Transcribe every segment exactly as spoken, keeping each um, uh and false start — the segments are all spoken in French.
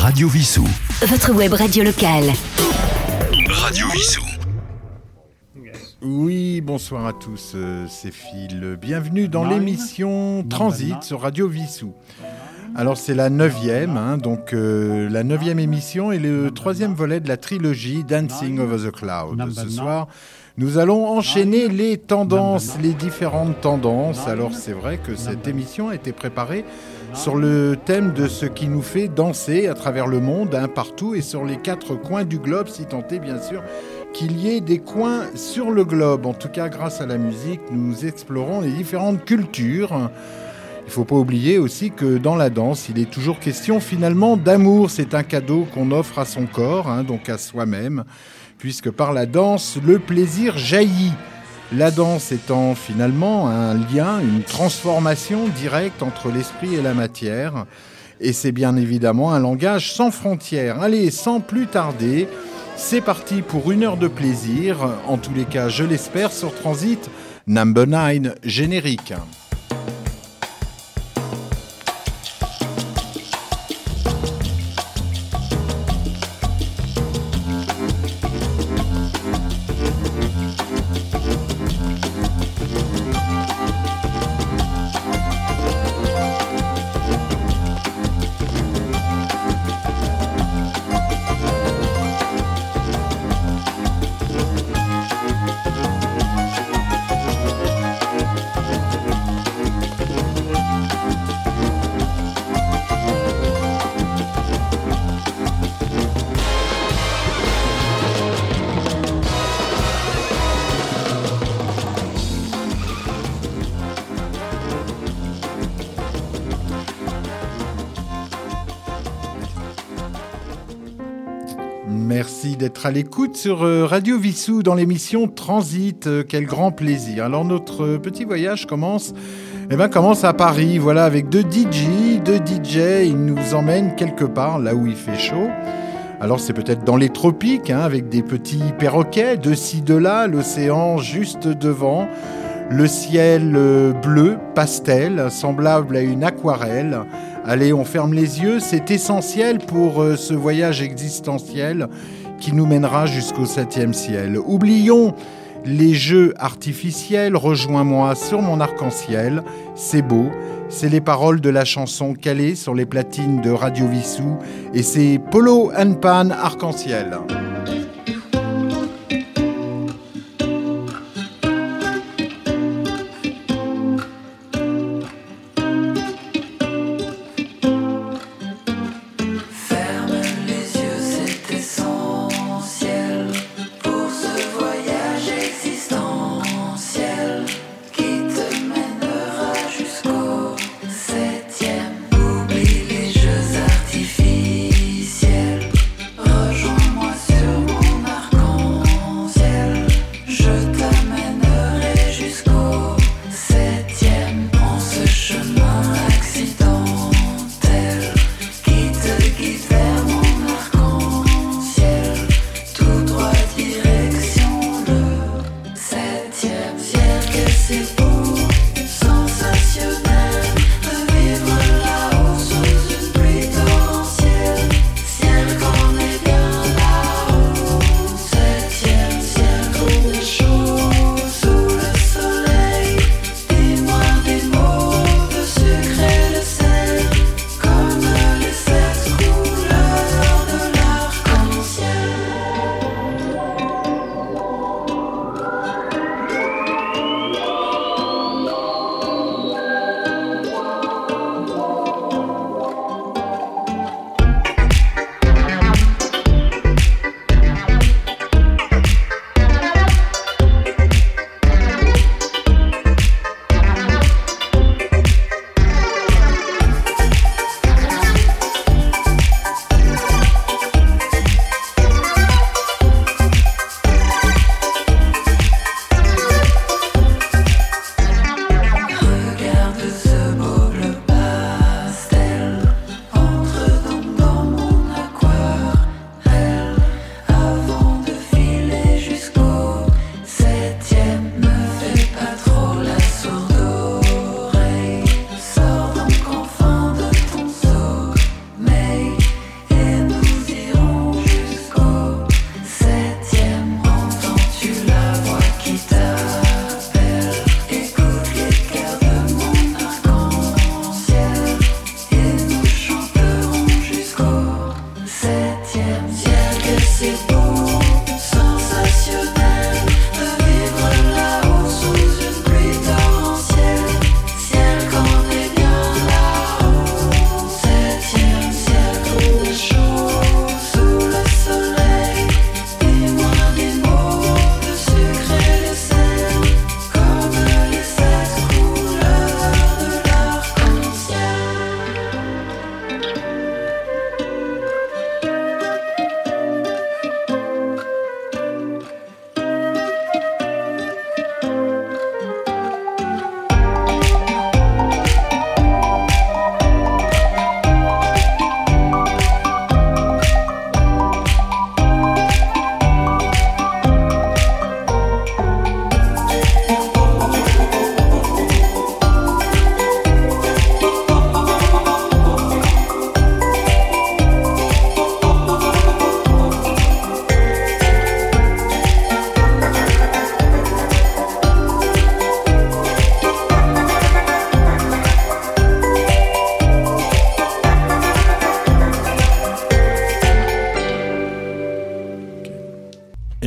Radio Vissou. Votre web radio locale. Radio Vissou. Oui, bonsoir à tous, euh, c'est Phil. Bienvenue dans l'émission Transit sur Radio Vissou. Alors c'est la neuvième, hein, donc euh, la neuvième émission et le troisième volet de la trilogie Dancing Over the Cloud. Ce soir, nous allons enchaîner les tendances, les différentes tendances. Alors c'est vrai que cette émission a été préparée sur le thème de ce qui nous fait danser à travers le monde, hein, partout et sur les quatre coins du globe, si tant est bien sûr qu'il y ait des coins sur le globe. En tout cas, grâce à la musique, nous explorons les différentes cultures. Il ne faut pas oublier aussi que dans la danse, il est toujours question finalement d'amour. C'est un cadeau qu'on offre à son corps, hein, donc à soi-même, puisque par la danse, le plaisir jaillit. La danse étant finalement un lien, une transformation directe entre l'esprit et la matière. Et c'est bien évidemment un langage sans frontières. Allez, sans plus tarder, c'est parti pour une heure de plaisir. En tous les cas, je l'espère, sur Transit Number neuf, générique. Merci d'être à l'écoute sur Radio Vissou dans l'émission Transit. Quel grand plaisir. Alors notre petit voyage commence, eh ben, commence à Paris, voilà, avec deux D J, deux D J. Ils nous emmènent quelque part là où il fait chaud. Alors c'est peut-être dans les tropiques, hein, avec des petits perroquets de ci, de là, l'océan juste devant, le ciel bleu, pastel, semblable à une aquarelle. Allez, on ferme les yeux, c'est essentiel pour euh, ce voyage existentiel qui nous mènera jusqu'au septième ciel. Oublions les jeux artificiels, rejoins-moi sur mon arc-en-ciel, c'est beau, c'est les paroles de la chanson calée sur les platines de Radio Vissou et c'est Polo and Pan arc-en-ciel. Oublie les jeux artificiels, rejoins-moi sur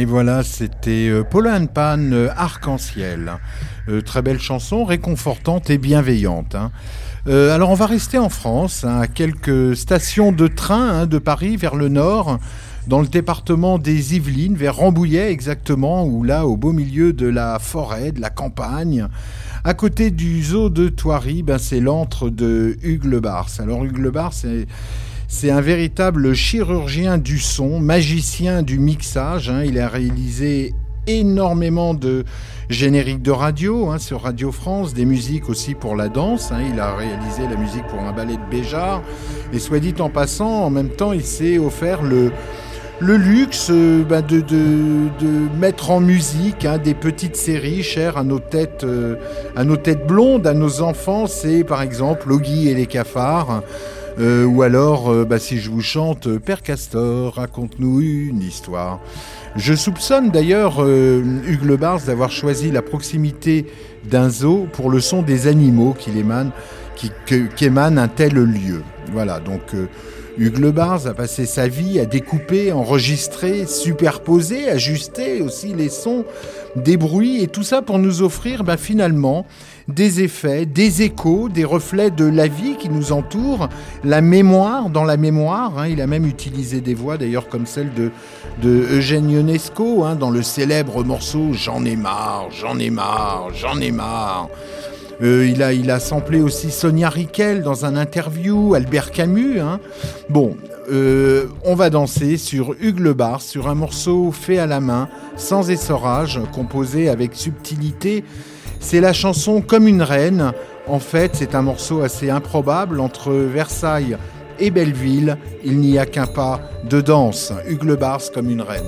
Et voilà, c'était euh, Paula and Pan, euh, Arc-en-Ciel. Euh, très belle chanson, réconfortante et bienveillante. Hein. Euh, alors on va rester en France, hein, à quelques stations de train hein, de Paris vers le nord, dans le département des Yvelines, vers Rambouillet exactement, où là, au beau milieu de la forêt, de la campagne, à côté du zoo de Thoiry, ben, c'est l'antre de Hugues Le Bars. Alors Hugues Le Bars, c'est... C'est un véritable chirurgien du son, magicien du mixage. Hein. Il a réalisé énormément de génériques de radio hein, sur Radio France, des musiques aussi pour la danse. Hein. Il a réalisé la musique pour un ballet de Béjart. Et soit dit en passant, en même temps, il s'est offert le... Le luxe euh, bah de, de, de mettre en musique hein, des petites séries chères à nos têtes, euh, à nos têtes blondes, à nos enfants. C'est par exemple Oggy et les cafards. Euh, ou alors, euh, bah, si je vous chante euh, Père Castor, raconte-nous une histoire. Je soupçonne d'ailleurs euh, Hugues Le Bars d'avoir choisi la proximité d'un zoo pour le son des animaux qu'il émane, qui, que, qu'émane un tel lieu. Voilà, donc euh, Hugues Le Bars a passé sa vie à découper, enregistrer, superposer, ajuster aussi les sons, des bruits, et tout ça pour nous offrir ben, finalement des effets, des échos, des reflets de la vie qui nous entoure, la mémoire dans la mémoire. Hein, il a même utilisé des voix d'ailleurs comme celle de, de Eugène Ionesco hein, dans le célèbre morceau « J'en ai marre, j'en ai marre, j'en ai marre ». Euh, il, a, il a samplé aussi Sonia Rykiel dans un interview, Albert Camus. Hein. Bon, euh, on va danser sur Hugues Le Bars, sur un morceau fait à la main, sans essorage, composé avec subtilité. C'est la chanson Comme une reine. En fait, c'est un morceau assez improbable entre Versailles et Belleville. Il n'y a qu'un pas de danse. Hugues Le Bars comme une reine.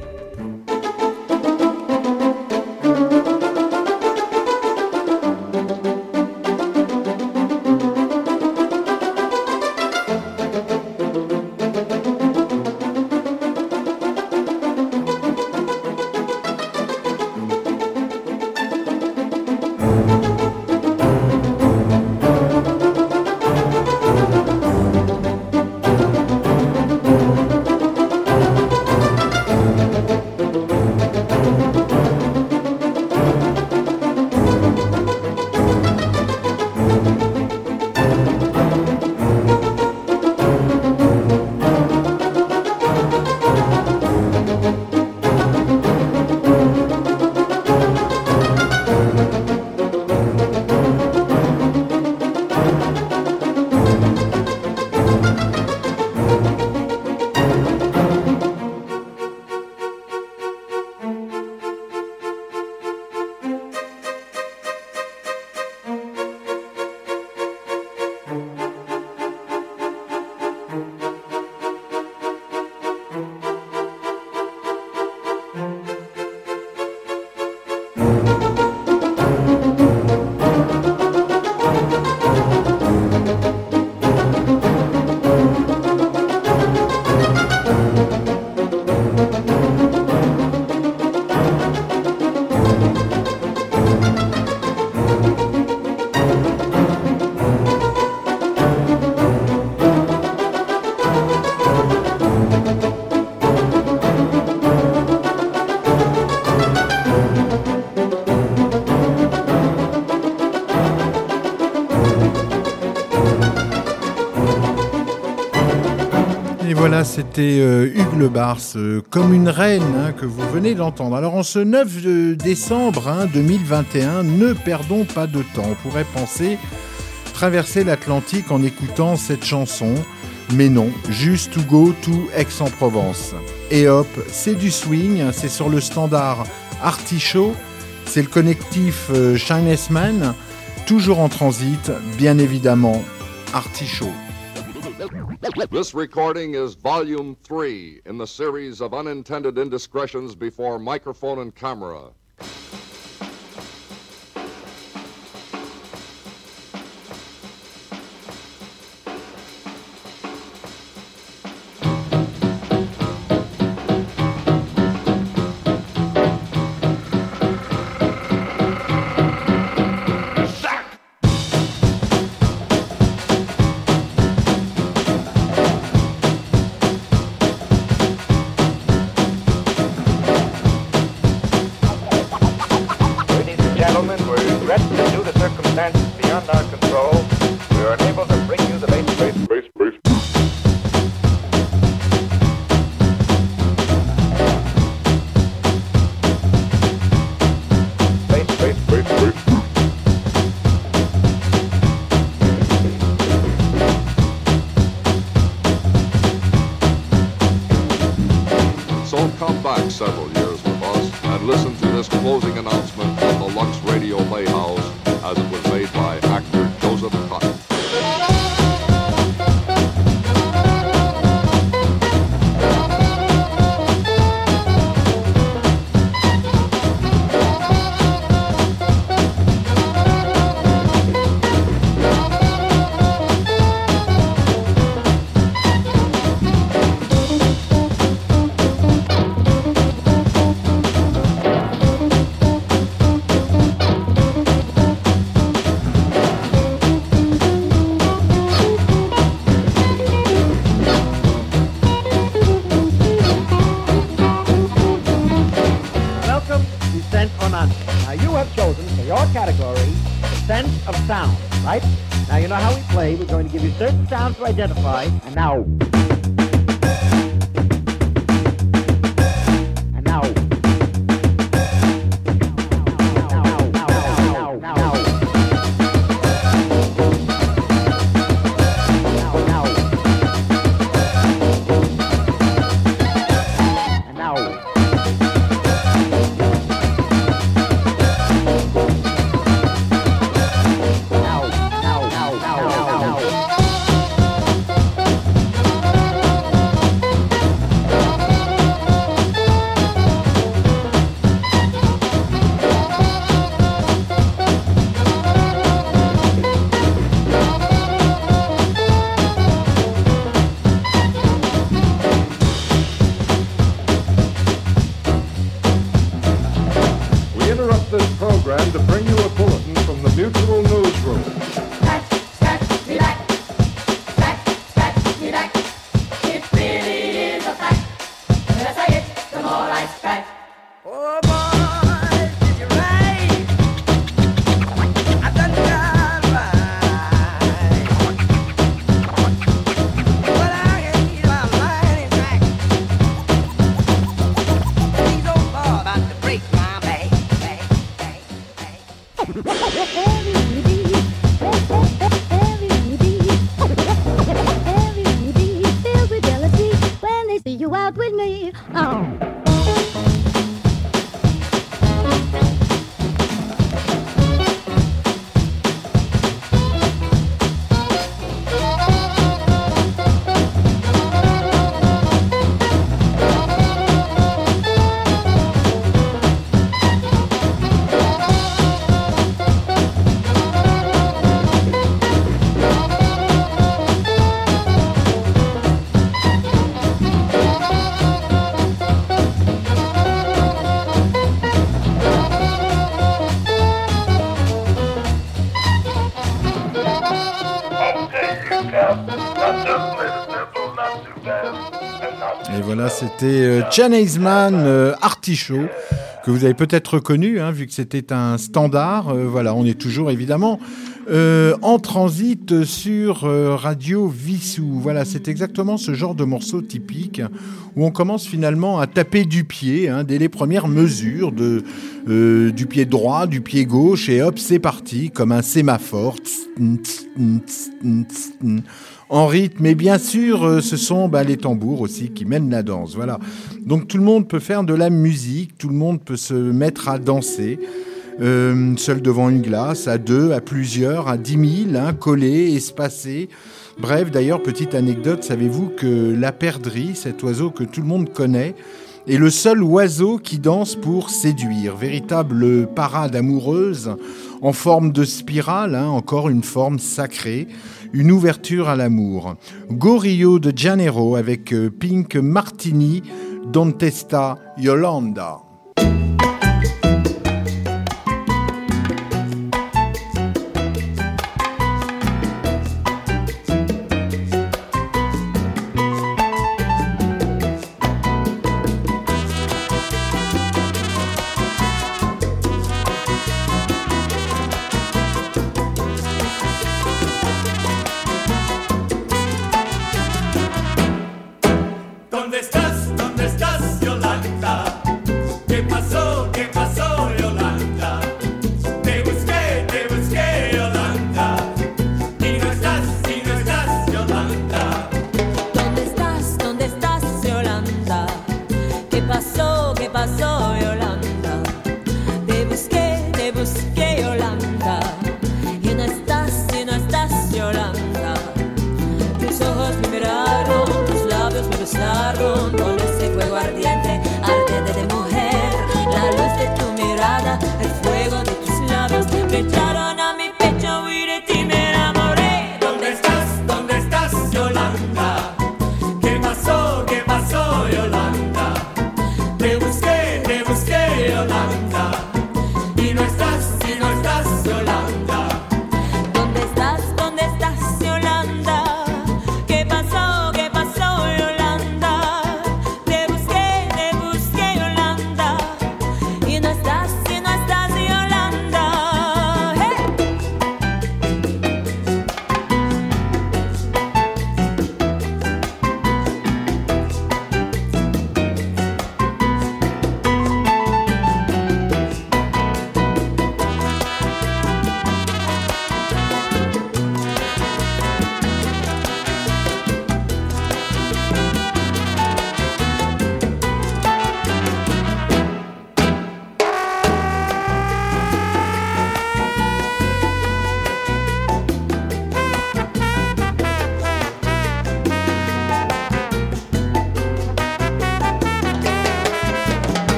Voilà, c'était euh, Hugues Le Bars, euh, comme une reine, hein, que vous venez d'entendre. Alors en ce neuf décembre hein, deux mille vingt et un, ne perdons pas de temps. On pourrait penser traverser l'Atlantique en écoutant cette chanson, mais non, juste to go to Aix-en-Provence. Et hop, c'est du swing, c'est sur le standard Artichaut, c'est le connectif euh, Chinese Man, toujours en transit, bien évidemment, Artichaut. This recording is volume three in the series of unintended indiscretions before microphone and camera. come back several years with us and listen to this closing announcement from the Lux Radio Playhouse as it was made by actor Joseph Cotton. Right? Now you know how we play. We're going to give you certain sounds to identify. And now. And now. Now, now, now, now, now. Now, now. And now. To bring you a bulletin from the Mutual Newsroom. Scratch, scratch, me back. Scratch, scratch, me back. It really is a fact. The less I hit, the more I scratch. Oh boy, did you right? I done got right. But I can keep my mind intact. These old boys about to break my back. When they see you out with me, oh. Et voilà, c'était euh, Jan Eisman, euh, Artichaut, que vous avez peut-être reconnu, hein, vu que c'était un standard. Euh, voilà, on est toujours évidemment euh, en transit sur euh, Radio Vissou. Voilà, c'est exactement ce genre de morceau typique où on commence finalement à taper du pied, hein, dès les premières mesures de, euh, du pied droit, du pied gauche, et hop, c'est parti, comme un sémaphore. En rythme, et bien sûr, ce sont bah, les tambours aussi qui mènent la danse. Voilà. Donc tout le monde peut faire de la musique, tout le monde peut se mettre à danser, euh, seul devant une glace, à deux, à plusieurs, à dix mille, hein, collés, espacés. Bref, d'ailleurs, petite anecdote, savez-vous que la perdrix, cet oiseau que tout le monde connaît, est le seul oiseau qui danse pour séduire. Véritable parade amoureuse en forme de spirale, hein, encore une forme sacrée, une ouverture à l'amour. Go Rio de Janeiro avec Pink Martini, Don Testa Yolanda. ¿Dónde estás? ¿Dónde estás, Yolanda?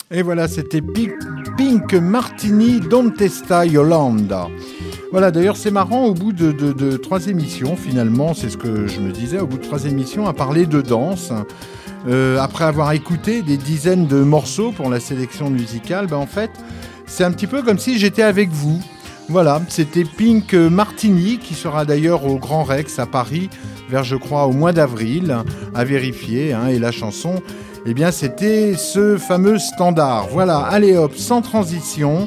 Et voilà, c'était Pink, Pink Martini Don't Testa Yolanda. Voilà, d'ailleurs, c'est marrant, au bout de, de, de trois émissions, finalement, c'est ce que je me disais, au bout de trois émissions, à parler de danse, euh, après avoir écouté des dizaines de morceaux pour la sélection musicale, ben, en fait, c'est un petit peu comme si j'étais avec vous. Voilà, c'était Pink Martini, qui sera d'ailleurs au Grand Rex à Paris, vers, je crois, au mois d'avril, à vérifier, hein, et la chanson, eh bien, c'était ce fameux standard. Voilà, allez hop, sans transition,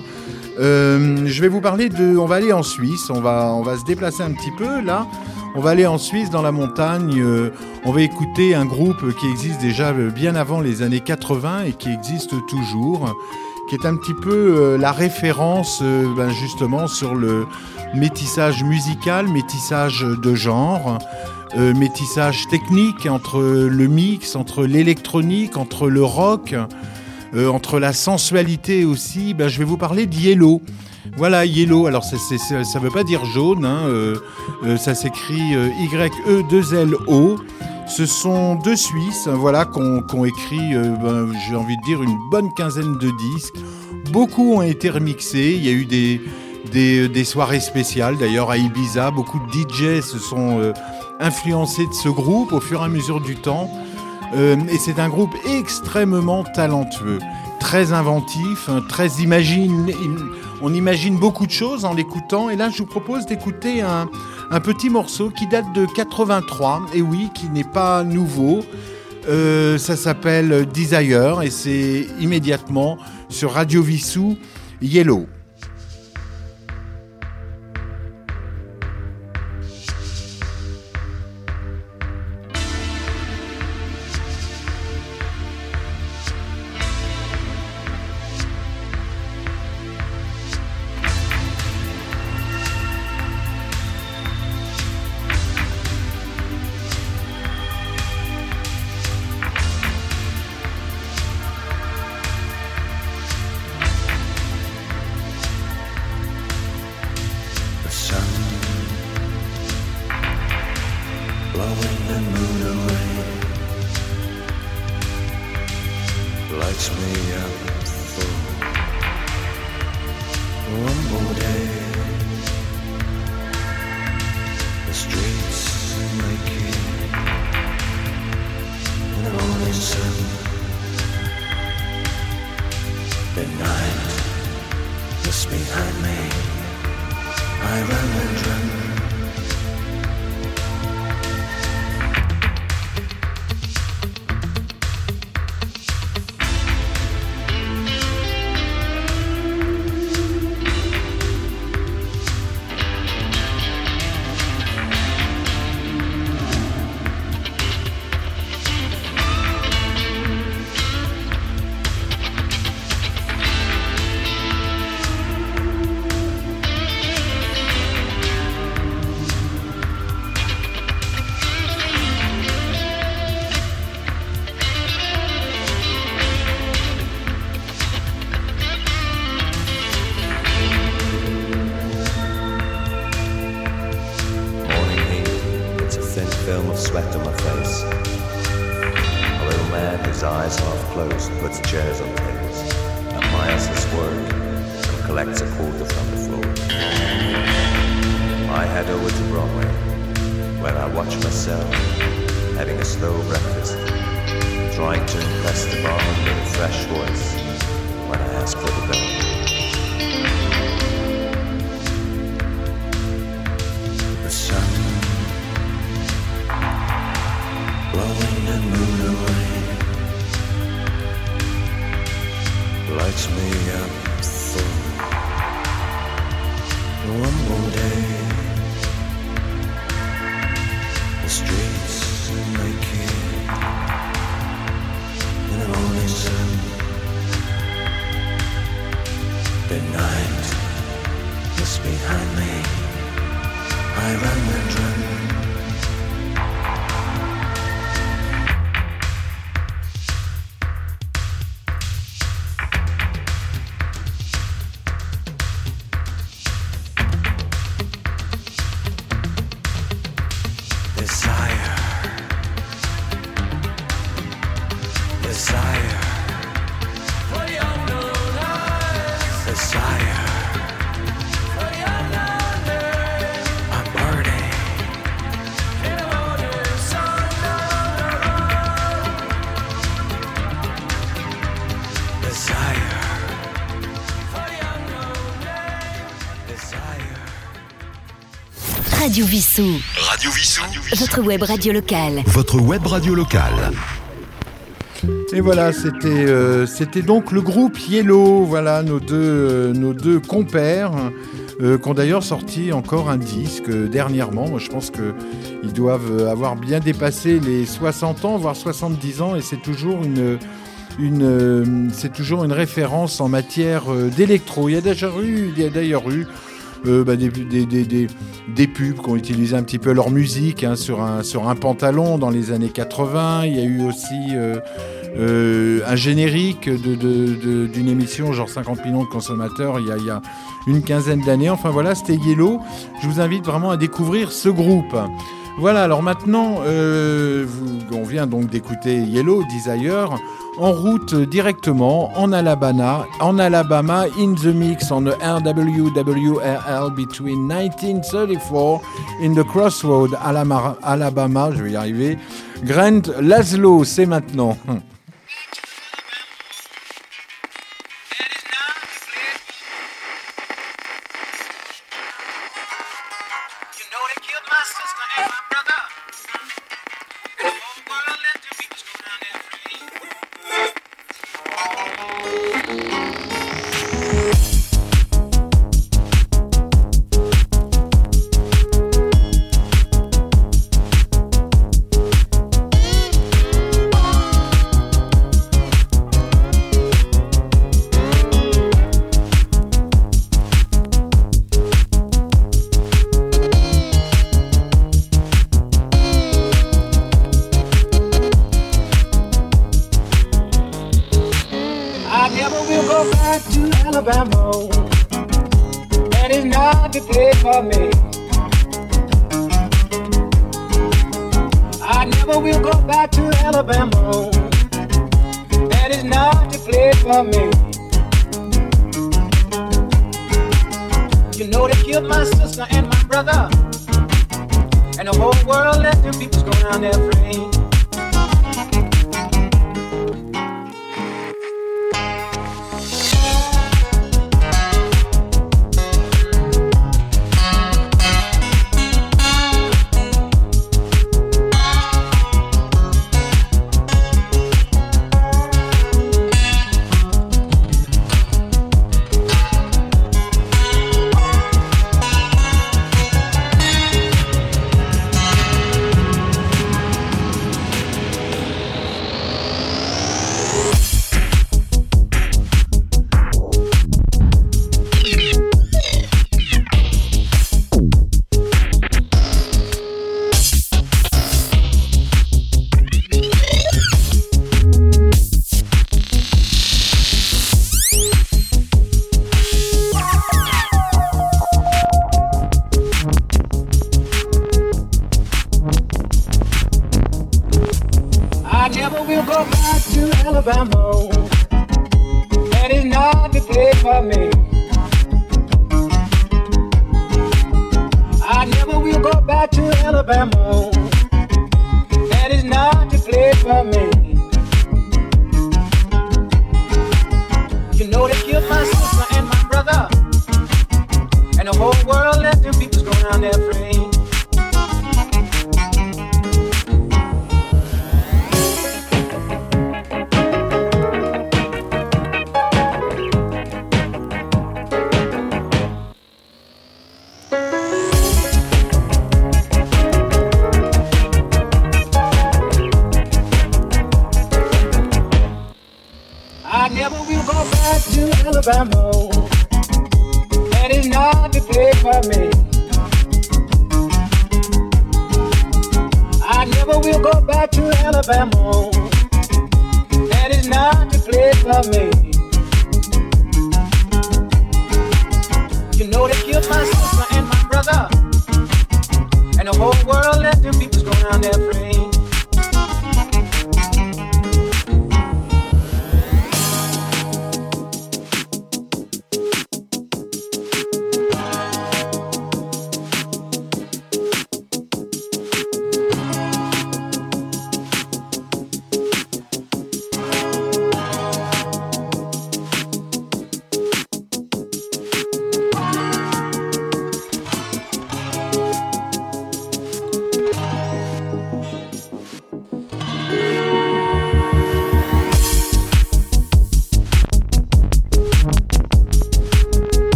euh, je vais vous parler de... On va aller en Suisse, on va, on va se déplacer un petit peu, là. On va aller en Suisse, dans la montagne, euh, on va écouter un groupe qui existe déjà bien avant les années quatre-vingts et qui existe toujours, qui est un petit peu euh, la référence, euh, ben, justement, sur le métissage musical, métissage de genre, euh, métissage technique entre le mix, entre l'électronique, entre le rock, euh, entre la sensualité aussi. Ben, je vais vous parler de Yellow. Voilà, Yellow, alors c'est, c'est, c'est, ça ne veut pas dire jaune, hein, euh, euh, ça s'écrit euh, Y E deux L O. Ce sont deux Suisses, voilà, qui ont, qui ont écrit, euh, ben, j'ai envie de dire, une bonne quinzaine de disques. Beaucoup ont été remixés, il y a eu des, des, des soirées spéciales, d'ailleurs à Ibiza. Beaucoup de D Js se sont euh, influencés de ce groupe au fur et à mesure du temps. Euh, et c'est un groupe extrêmement talentueux, très inventif, très imagine. On imagine beaucoup de choses en l'écoutant. Et là, je vous propose d'écouter un, un petit morceau qui date de quatre-vingt-trois. Et oui, qui n'est pas nouveau. Euh, ça s'appelle Desire et c'est immédiatement sur Radio Vissou, Yellow. For the Radio Vissou. Radio Vissou. Votre web radio locale. Votre web radio locale. Et voilà, c'était, euh, c'était donc le groupe Yellow, voilà, nos deux, euh, nos deux compères, euh, qui ont d'ailleurs sorti encore un disque euh, dernièrement. Moi, je pense qu'ils doivent avoir bien dépassé les soixante ans, voire soixante-dix ans, et c'est toujours une... Une, euh, c'est toujours une référence en matière euh, d'électro. Il y a d'ailleurs eu, il y a d'ailleurs eu euh, bah, des, des, des, des, des pubs qui ont utilisé un petit peu leur musique hein, sur, un, sur un pantalon dans les années quatre-vingts. Il y a eu aussi euh, euh, un générique de, de, de, d'une émission genre cinquante millions de consommateurs il y a, il y a une quinzaine d'années. Enfin voilà, c'était Yellow. Je vous invite vraiment à découvrir ce groupe. Voilà, alors maintenant, euh, vous, on vient donc d'écouter Yellow, Desire, en route directement en Alabama, en Alabama, in the mix on the R W W R L between nineteen thirty-four in the Crossroad, Alabama, Alabama, je vais y arriver. Grant Laszlo, c'est maintenant.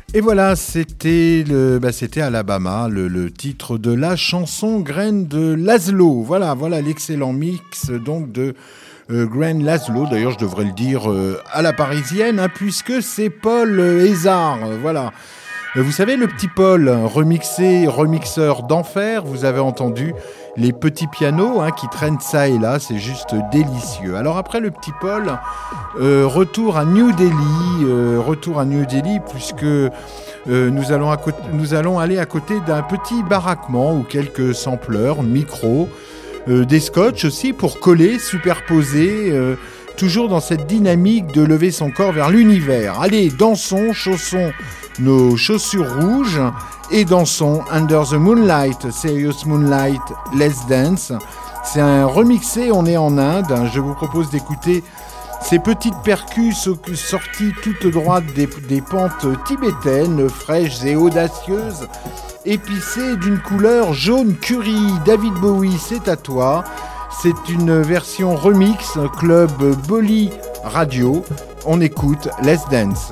Et voilà, c'était le, bah c'était Alabama, le, le titre de la chanson Grain de Laszlo. Voilà, voilà l'excellent mix donc de euh, Grain Laszlo. D'ailleurs, je devrais le dire euh, à la parisienne, hein, puisque c'est Paul Hézard. Voilà. Vous savez, le petit Paul, remixé, remixeur d'enfer, vous avez entendu les petits pianos hein, qui traînent ça et là, c'est juste délicieux. Alors après le petit Paul, euh, retour à New Delhi, euh, retour à New Delhi, puisque euh, nous, allons à côté, nous allons aller à côté d'un petit baraquement ou quelques sampleurs, micros, euh, des scotch aussi pour coller, superposer, euh, toujours dans cette dynamique de lever son corps vers l'univers. Allez, dansons, chaussons nos chaussures rouges et dansons Under the Moonlight, Serious Moonlight, Let's Dance. C'est un remixé, on est en Inde. Je vous propose d'écouter ces petites percus sorties toutes droites des, des pentes tibétaines, fraîches et audacieuses, épicées d'une couleur jaune curry. David Bowie, c'est à toi. C'est une version remix, club Bolly Radio. On écoute Let's Dance.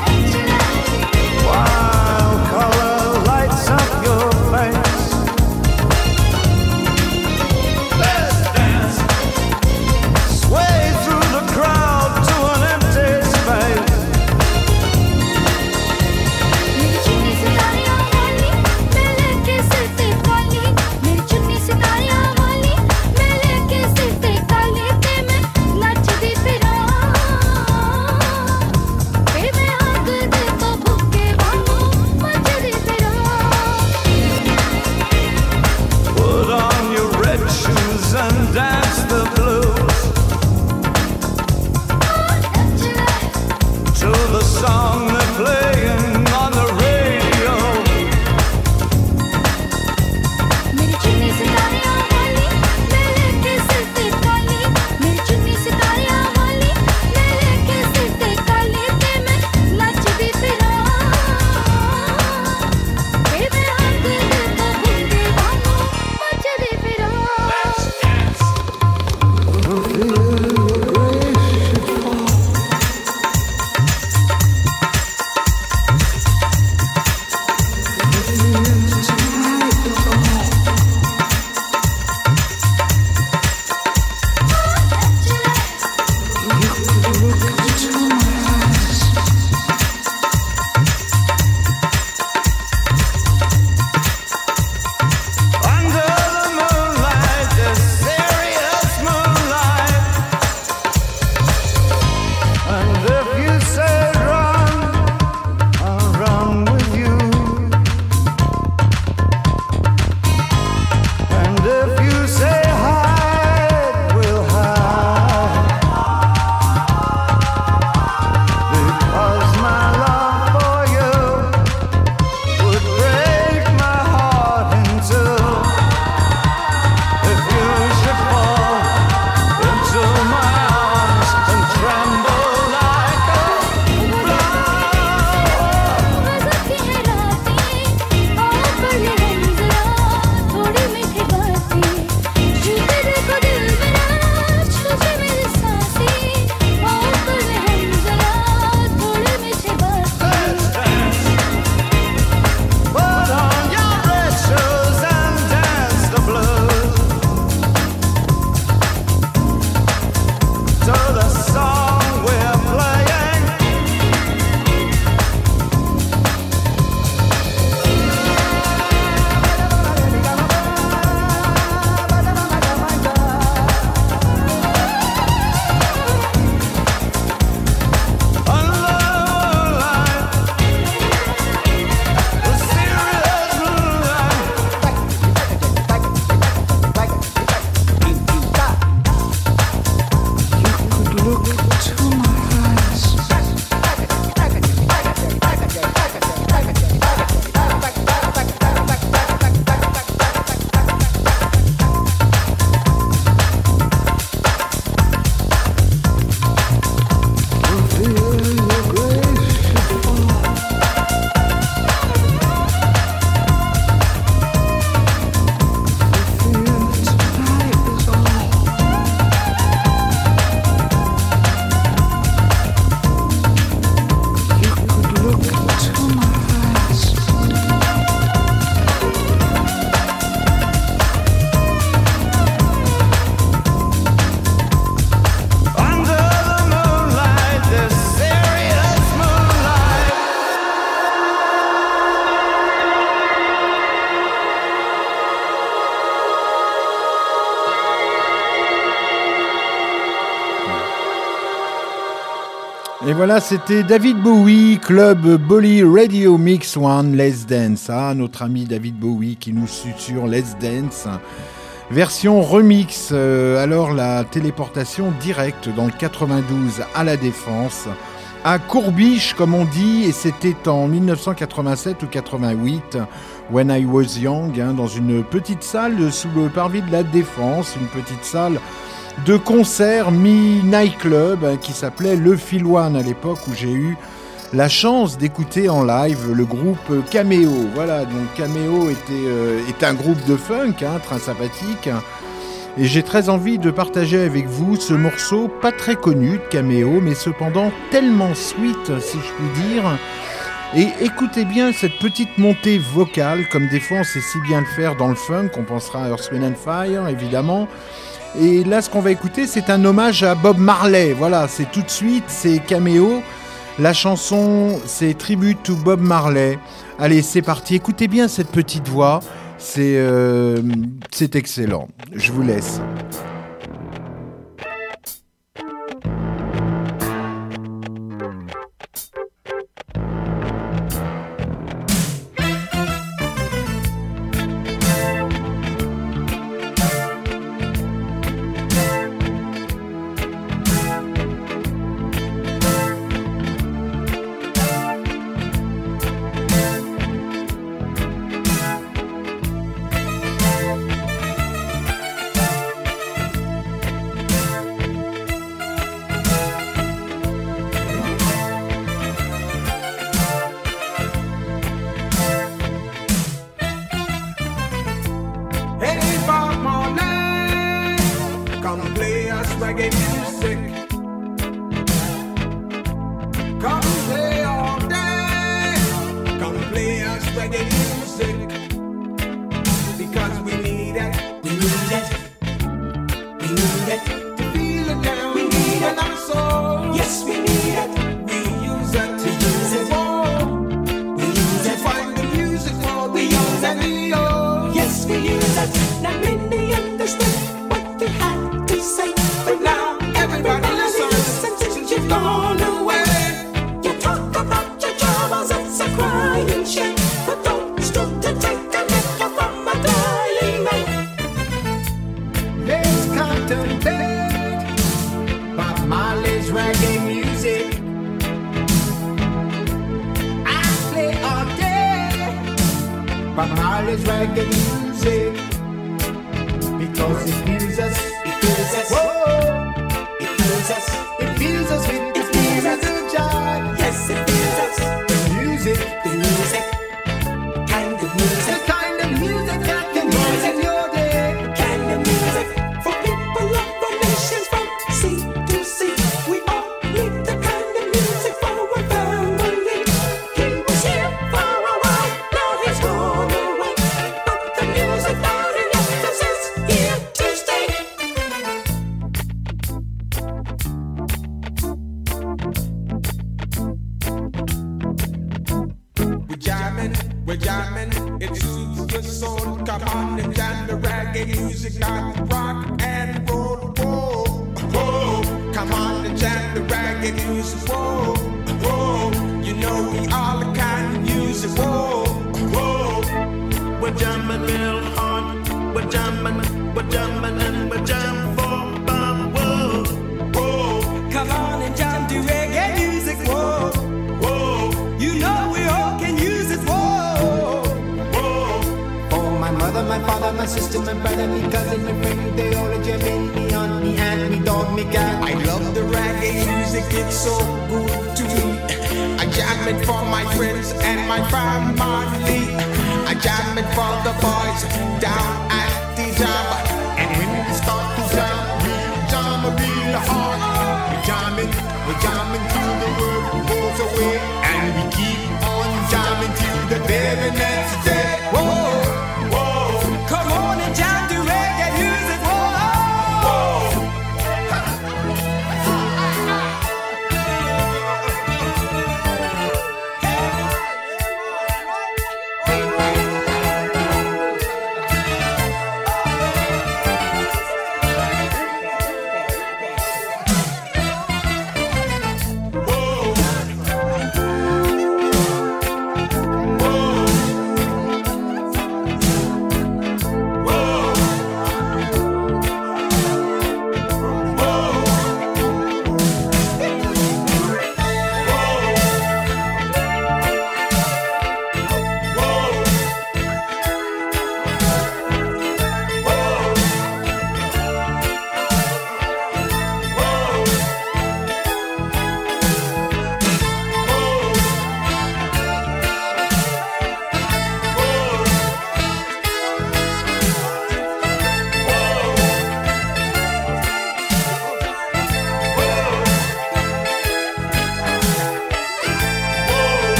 While color lights up your face, Et voilà, c'était David Bowie, Club Bolly Radio Mix One, Let's Dance. Ah, notre ami David Bowie qui nous susurre Let's Dance. Version remix, euh, alors la téléportation directe dans le quatre-vingt-douze à la Défense, à Courbiche comme on dit, et c'était en dix-neuf cent quatre-vingt-sept ou quatre-vingt-huit, When I Was Young, hein, dans une petite salle sous le parvis de la Défense, une petite salle de concert mi-nightclub hein, qui s'appelait Le Phil One à l'époque où j'ai eu la chance d'écouter en live le groupe Cameo. Voilà, donc Cameo était, euh, est un groupe de funk, hein, très sympathique. Et j'ai très envie de partager avec vous ce morceau pas très connu de Cameo, mais cependant tellement sweet, si je puis dire. Et écoutez bien cette petite montée vocale, comme des fois on sait si bien le faire dans le funk, on pensera à Earth, Wind and Fire, évidemment. Et là, ce qu'on va écouter, c'est un hommage à Bob Marley. Voilà, c'est tout de suite, c'est Cameo. La chanson, c'est Tribute to Bob Marley. Allez, c'est parti. Écoutez bien cette petite voix. C'est, euh, c'est excellent. Je vous laisse.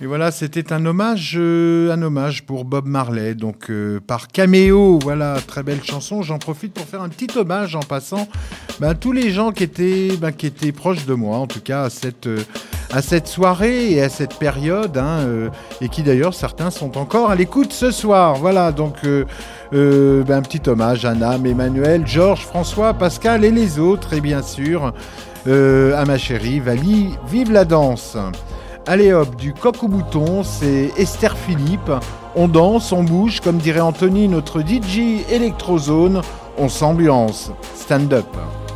Et voilà, c'était un hommage, euh, un hommage pour Bob Marley, donc euh, par Cameo. Voilà, très belle chanson. J'en profite pour faire un petit hommage en passant ben, à tous les gens qui étaient, ben, qui étaient proches de moi, en tout cas à cette, euh, à cette soirée et à cette période, hein, euh, et qui d'ailleurs certains sont encore à l'écoute ce soir. Voilà, donc euh, euh, ben, un petit hommage à Nam, Emmanuel, Georges, François, Pascal et les autres, et bien sûr euh, à ma chérie Vali. Vive la danse! Allez hop, du coq au bouton, c'est Esther Philippe. On danse, on bouge, comme dirait Anthony, notre D J Electrozone. On s'ambiance. Stand up.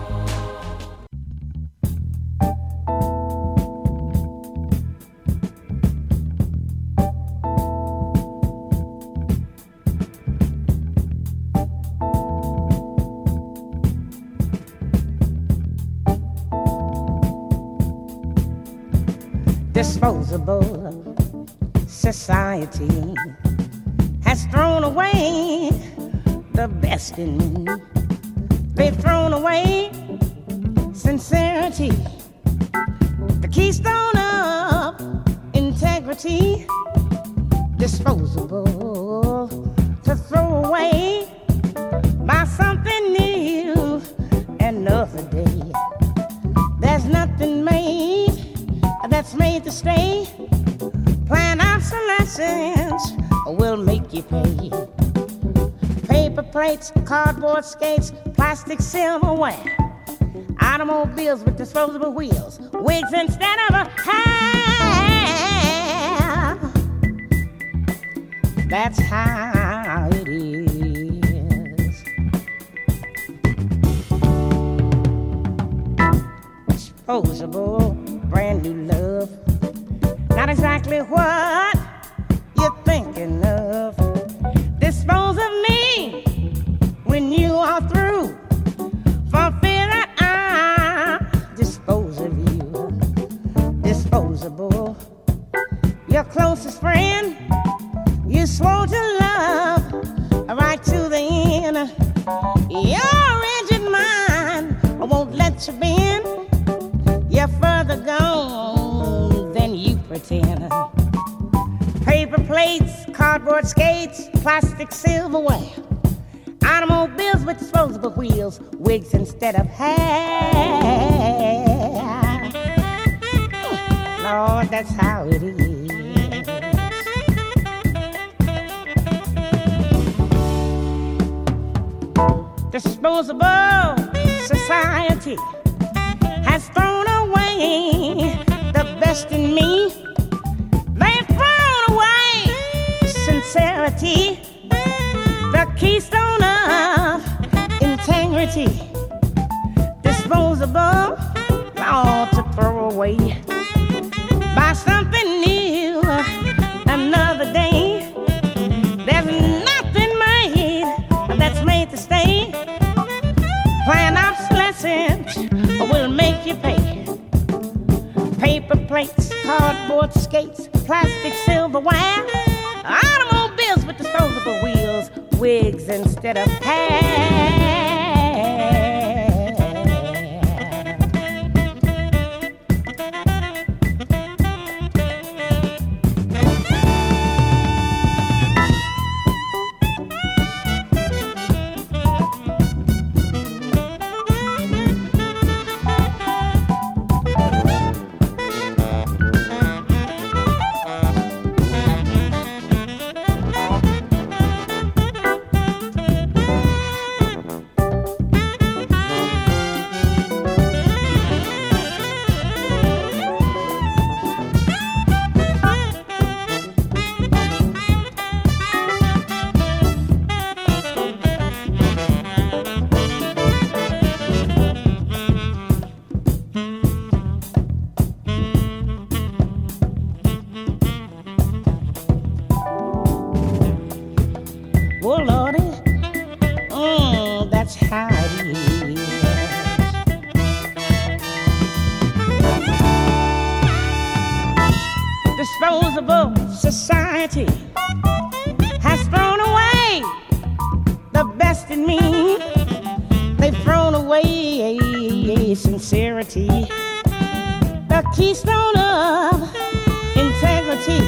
Disposable society has thrown away the best in me. They've thrown away sincerity, the keystone of integrity. Disposable to throw away by something new another day. There's nothing made that's made to stay. Plan obsolescence will make you pay. Paper plates, cardboard skates, plastic silverware, automobiles with disposable wheels, wigs instead of a hair. That's how it is. Disposable, brand new love, not exactly what you're thinking of. Dispose of me when you are through, for fear that I dispose of you. Disposable, your closest friend, you swore to love right to the end. Your rigid mind won't let you bend. You're further gone than you pretend. Paper plates, cardboard skates, plastic silverware, automobiles with disposable wheels, wigs instead of hair. Lord, that's how it is. Disposable society has thrown away the best in me. They've thrown away sincerity, the keystone of integrity. Disposable, all to throw away by something new another day. There's nothing made that's made to stay. Plan obsolescence will make you pay. Paper plates, cardboard skates, plastic silverware, automobiles with disposable wheels, wigs instead of hair. Oh, Lordy, mm, that's how it is. Disposable society has thrown away the best in me. They've thrown away sincerity, the keystone of integrity. society,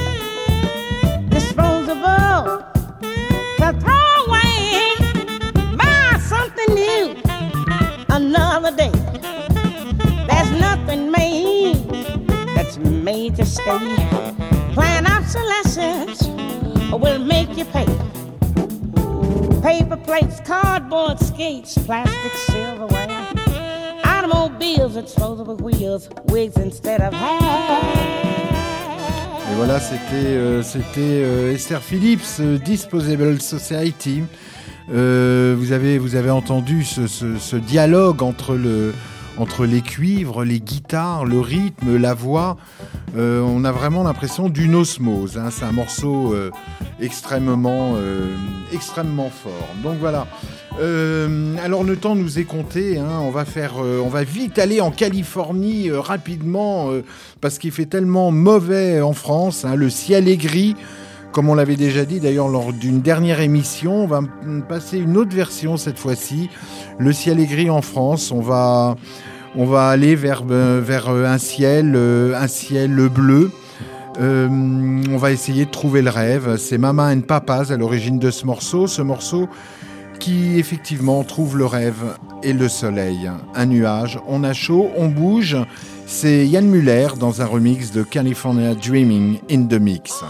disposable, to throw away, buy something new, another day. There's nothing made that's made to stay. Plan obsolescence will make you pay. Paper plates, cardboard skates, plastic silverware, automobiles with disposable wheels, wigs instead of hair. Et voilà, c'était, euh, c'était euh, Esther Phillips, euh, Disposable Society. Euh, vous, avez, vous avez entendu ce, ce, ce dialogue entre, le, entre les cuivres, les guitares, le rythme, la voix. Euh, on a vraiment l'impression d'une osmose. Hein. C'est un morceau euh, extrêmement, euh, extrêmement fort. Donc voilà. Euh, alors le temps nous est compté. Hein. On va faire, euh, on va vite aller en Californie euh, rapidement euh, parce qu'il fait tellement mauvais en France. Hein. Le ciel est gris. Comme on l'avait déjà dit d'ailleurs lors d'une dernière émission, on va passer une autre version cette fois-ci. Le ciel est gris en France. On va, on va aller vers, vers un ciel, un ciel bleu. Euh, on va essayer de trouver le rêve. C'est Mama and Papas à l'origine de ce morceau. Ce morceau qui effectivement trouve le rêve et le soleil. Un nuage, on a chaud, on bouge. C'est Yann Muller dans un remix de California Dreaming in the Mix.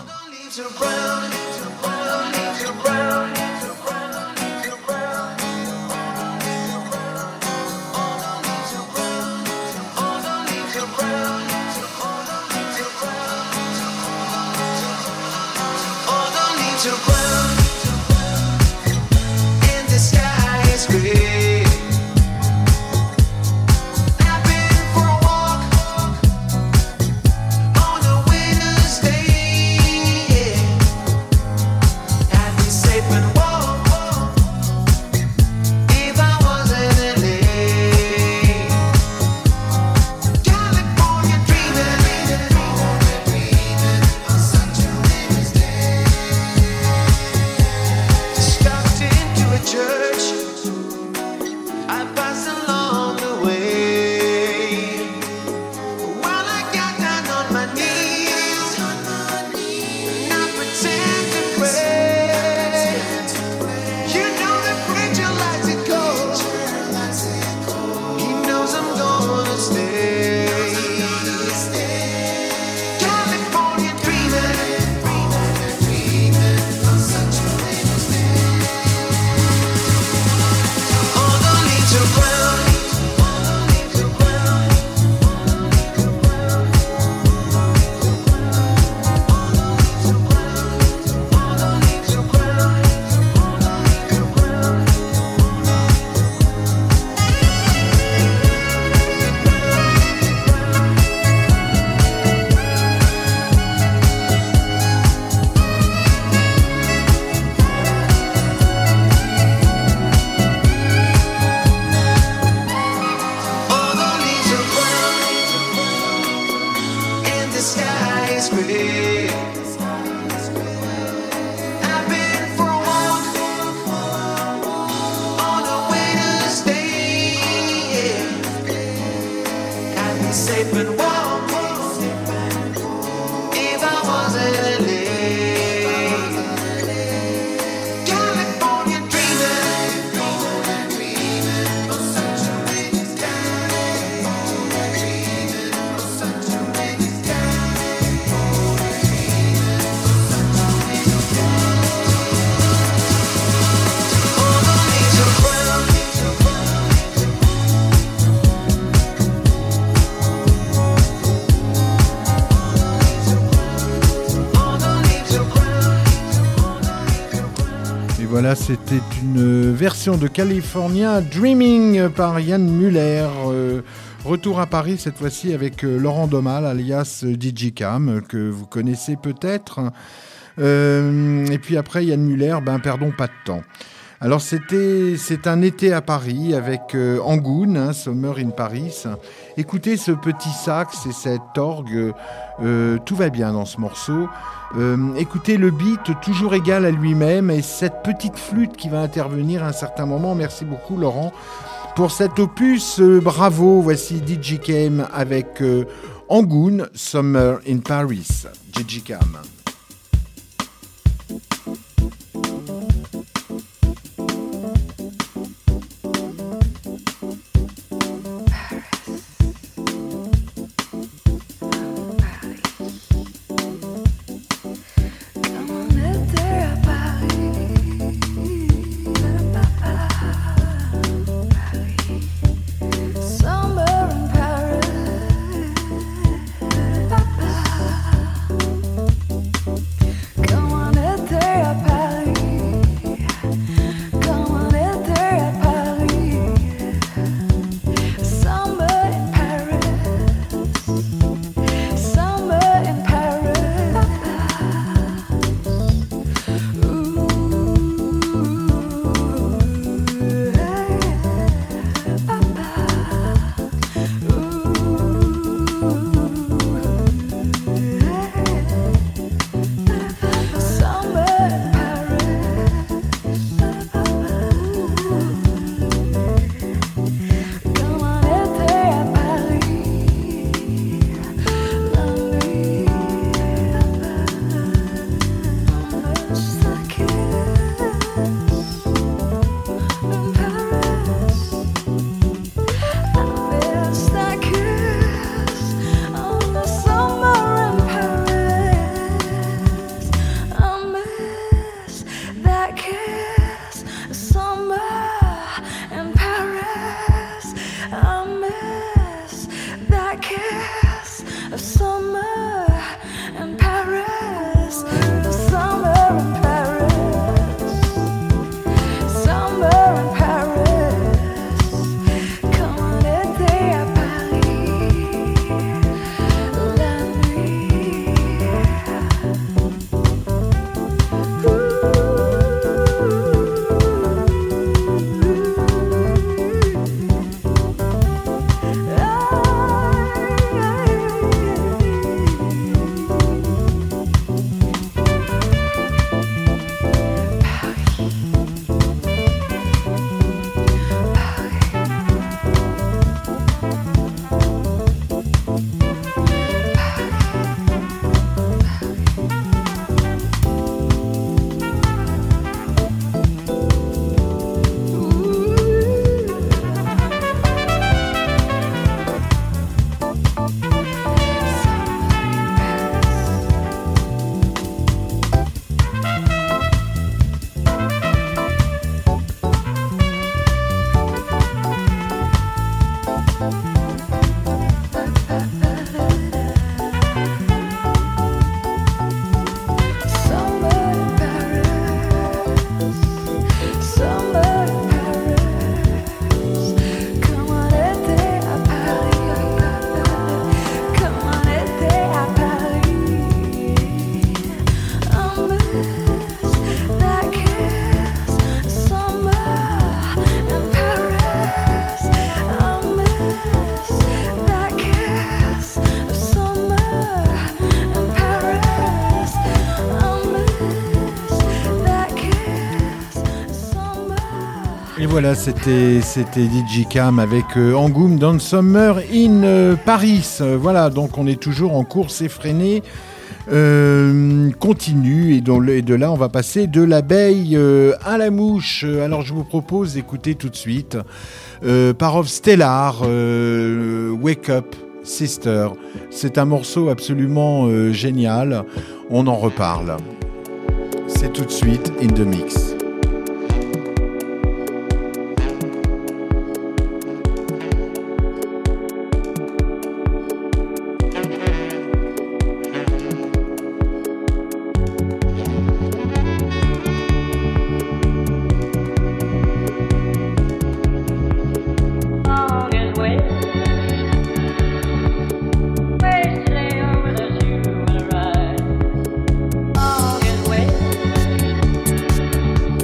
Voilà, c'était une version de California Dreaming par Yann Muller. Euh, retour à Paris cette fois-ci avec euh, Laurent Domal, alias Digicam, que vous connaissez peut-être. Euh, et puis après Yann Muller, ben perdons pas de temps. Alors c'était, c'est un été à Paris avec euh, Angoon, hein, Summer in Paris. Écoutez ce petit sax et cet orgue, euh, tout va bien dans ce morceau. Euh, écoutez le beat toujours égal à lui-même et cette petite flûte qui va intervenir à un certain moment. Merci beaucoup Laurent pour cet opus. Euh, bravo, voici Digicam avec euh, Angoon, Summer in Paris, Gigi Cam. Et voilà, c'était c'était D J Cam avec euh, Angoom dans Summer in euh, Paris. Euh, voilà, donc on est toujours en course effrénée euh, continue et, donc, et de là on va passer de l'abeille euh, à la mouche. Alors je vous propose d'écouter tout de suite euh, Parov Stellar, euh, Wake Up Sister. C'est un morceau absolument euh, génial. On en reparle. C'est tout de suite in the mix. All is well.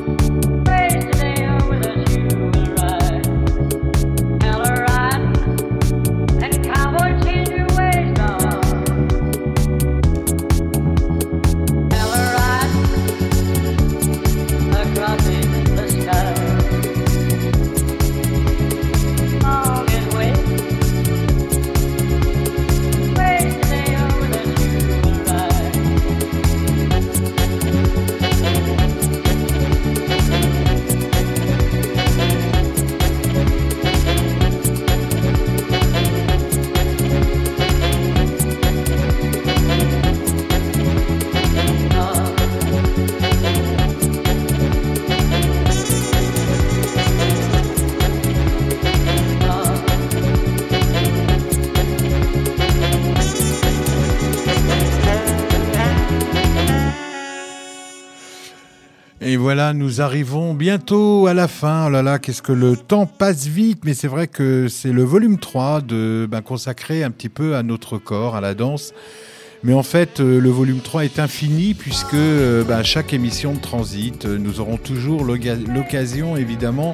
voilà, nous arrivons bientôt à la fin. Oh là là, qu'est-ce que le temps passe vite. Mais c'est vrai que c'est le volume trois de, ben, consacré un petit peu à notre corps, à la danse. Mais en fait, euh, le volume trois est infini puisque euh, ben, chaque émission de Transit, euh, nous aurons toujours l'occasion, évidemment,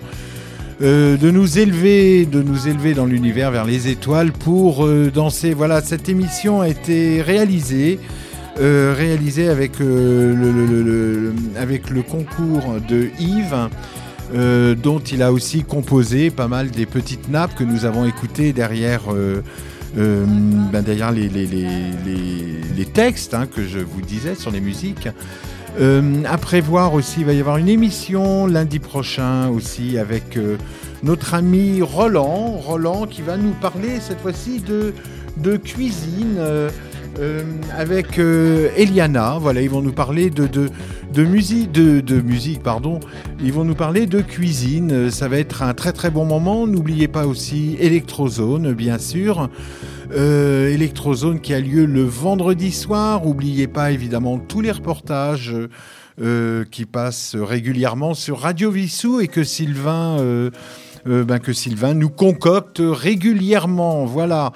euh, de nous élever, de nous élever dans l'univers vers les étoiles pour euh, danser. Voilà, cette émission a été réalisée. Euh, réalisé avec, euh, le, le, le, le, avec le concours de Yves, euh, dont il a aussi composé pas mal des petites nappes que nous avons écoutées derrière, euh, euh, ben derrière les, les, les, les, les textes hein, que je vous disais sur les musiques. Euh, à prévoir aussi, il va y avoir une émission lundi prochain aussi avec euh, notre ami Roland, Roland qui va nous parler cette fois-ci de, de cuisine. Euh, Euh, avec euh, Eliana, voilà, ils vont nous parler de, de, de, musique, de, de musique, pardon, ils vont nous parler de cuisine, ça va être un très très bon moment. N'oubliez pas aussi Electrozone, bien sûr, euh, Electrozone qui a lieu le vendredi soir. N'oubliez pas évidemment tous les reportages euh, qui passent régulièrement sur Radio Vissou et que Sylvain, euh, euh, ben, que Sylvain nous concocte régulièrement, voilà.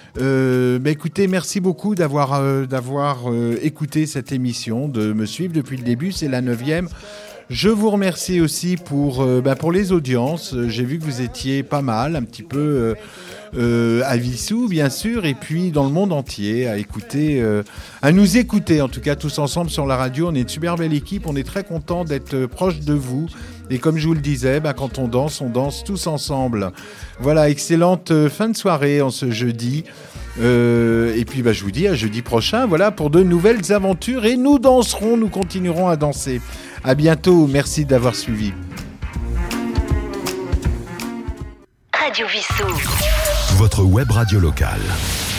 Euh, bah écoutez, merci beaucoup d'avoir, euh, d'avoir euh, écouté cette émission, de me suivre depuis le début, c'est la neuvième. Je vous remercie aussi pour, euh, bah pour les audiences. J'ai vu que vous étiez pas mal, un petit peu euh, euh, à Vissou, bien sûr, et puis dans le monde entier, à écouter, euh, à nous écouter, en tout cas tous ensemble sur la radio. On est une super belle équipe, on est très content d'être proche de vous. Et comme je vous le disais, bah, quand on danse, on danse tous ensemble. Voilà, excellente fin de soirée en ce jeudi. Euh, et puis bah, je vous dis à jeudi prochain, voilà, pour de nouvelles aventures. Et nous danserons, nous continuerons à danser. À bientôt, merci d'avoir suivi. Radio Vissou. Votre web radio locale.